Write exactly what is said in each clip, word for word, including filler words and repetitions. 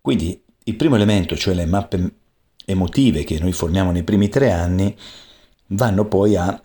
Quindi il primo elemento, cioè le mappe emotive che noi formiamo nei primi tre anni, vanno poi a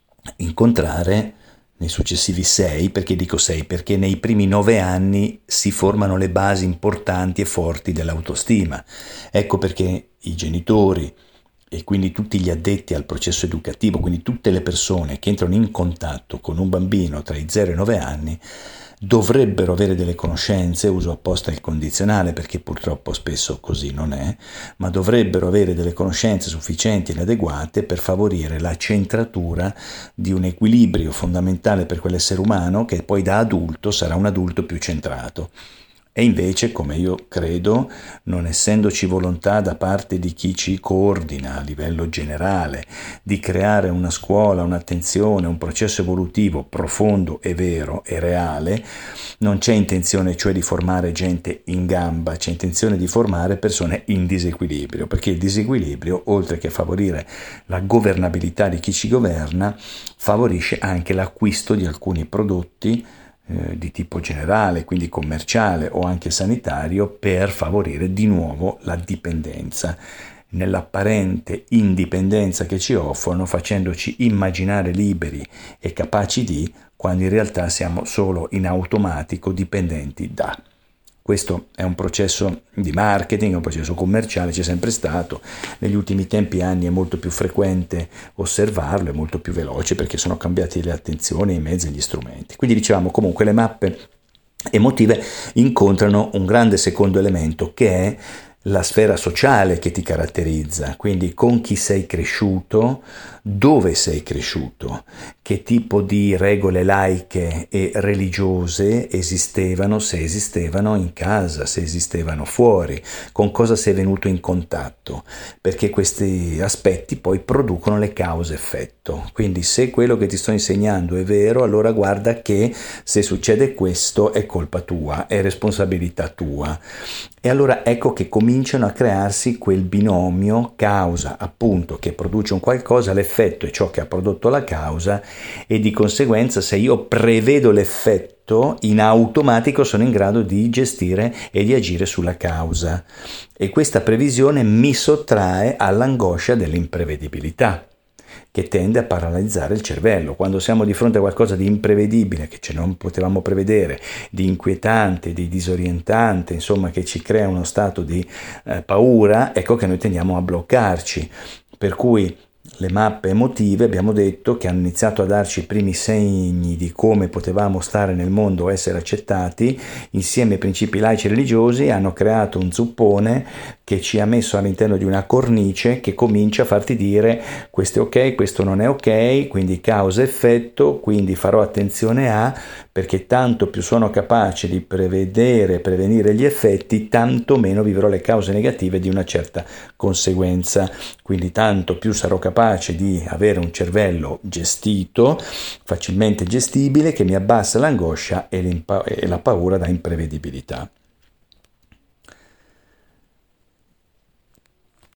incontrare nei successivi sei, perché dico sei? Perché nei primi nove anni si formano le basi importanti e forti dell'autostima. Ecco perché i genitori e quindi tutti gli addetti al processo educativo, quindi tutte le persone che entrano in contatto con un bambino tra i zero e i nove anni, dovrebbero avere delle conoscenze, uso apposta il condizionale perché purtroppo spesso così non è, ma dovrebbero avere delle conoscenze sufficienti ed adeguate per favorire la centratura di un equilibrio fondamentale per quell'essere umano che poi da adulto sarà un adulto più centrato. E invece, come io credo, non essendoci volontà da parte di chi ci coordina a livello generale di creare una scuola, un'attenzione, un processo evolutivo profondo e vero e reale, non c'è intenzione cioè di formare gente in gamba, c'è intenzione di formare persone in disequilibrio, perché il disequilibrio, oltre che favorire la governabilità di chi ci governa, favorisce anche l'acquisto di alcuni prodotti di tipo generale, quindi commerciale o anche sanitario, per favorire di nuovo la dipendenza, nell'apparente indipendenza che ci offrono, facendoci immaginare liberi e capaci di, quando in realtà siamo solo in automatico dipendenti da. Questo è un processo di marketing, è un processo commerciale, c'è sempre stato. Negli ultimi tempi anni è molto più frequente osservarlo, è molto più veloce perché sono cambiati le attenzioni, i mezzi e gli strumenti. Quindi dicevamo comunque le mappe emotive incontrano un grande secondo elemento che è la sfera sociale che ti caratterizza, quindi con chi sei cresciuto, dove sei cresciuto, che tipo di regole laiche e religiose esistevano, se esistevano in casa, se esistevano fuori, con cosa sei venuto in contatto, perché questi aspetti poi producono le cause-effetto. Quindi se quello che ti sto insegnando è vero, allora guarda che se succede questo è colpa tua, è responsabilità tua. E allora ecco che cominciano a crearsi quel binomio causa, appunto, che produce un qualcosa, l'effetto è ciò che ha prodotto la causa, e di conseguenza se io prevedo l'effetto, in automatico sono in grado di gestire e di agire sulla causa. E questa previsione mi sottrae all'angoscia dell'imprevedibilità, che tende a paralizzare il cervello. Quando siamo di fronte a qualcosa di imprevedibile, che ce non potevamo prevedere, di inquietante, di disorientante, insomma che ci crea uno stato di eh, paura, ecco che noi tendiamo a bloccarci. Per cui le mappe emotive abbiamo detto che hanno iniziato a darci i primi segni di come potevamo stare nel mondo o essere accettati, insieme ai principi laici e religiosi hanno creato un zuppone che ci ha messo all'interno di una cornice che comincia a farti dire questo è ok, questo non è ok, quindi causa-effetto, quindi farò attenzione a, perché tanto più sono capace di prevedere e prevenire gli effetti, tanto meno vivrò le cause negative di una certa conseguenza, quindi tanto più sarò capace di avere un cervello gestito, facilmente gestibile, che mi abbassa l'angoscia e, e la paura da imprevedibilità.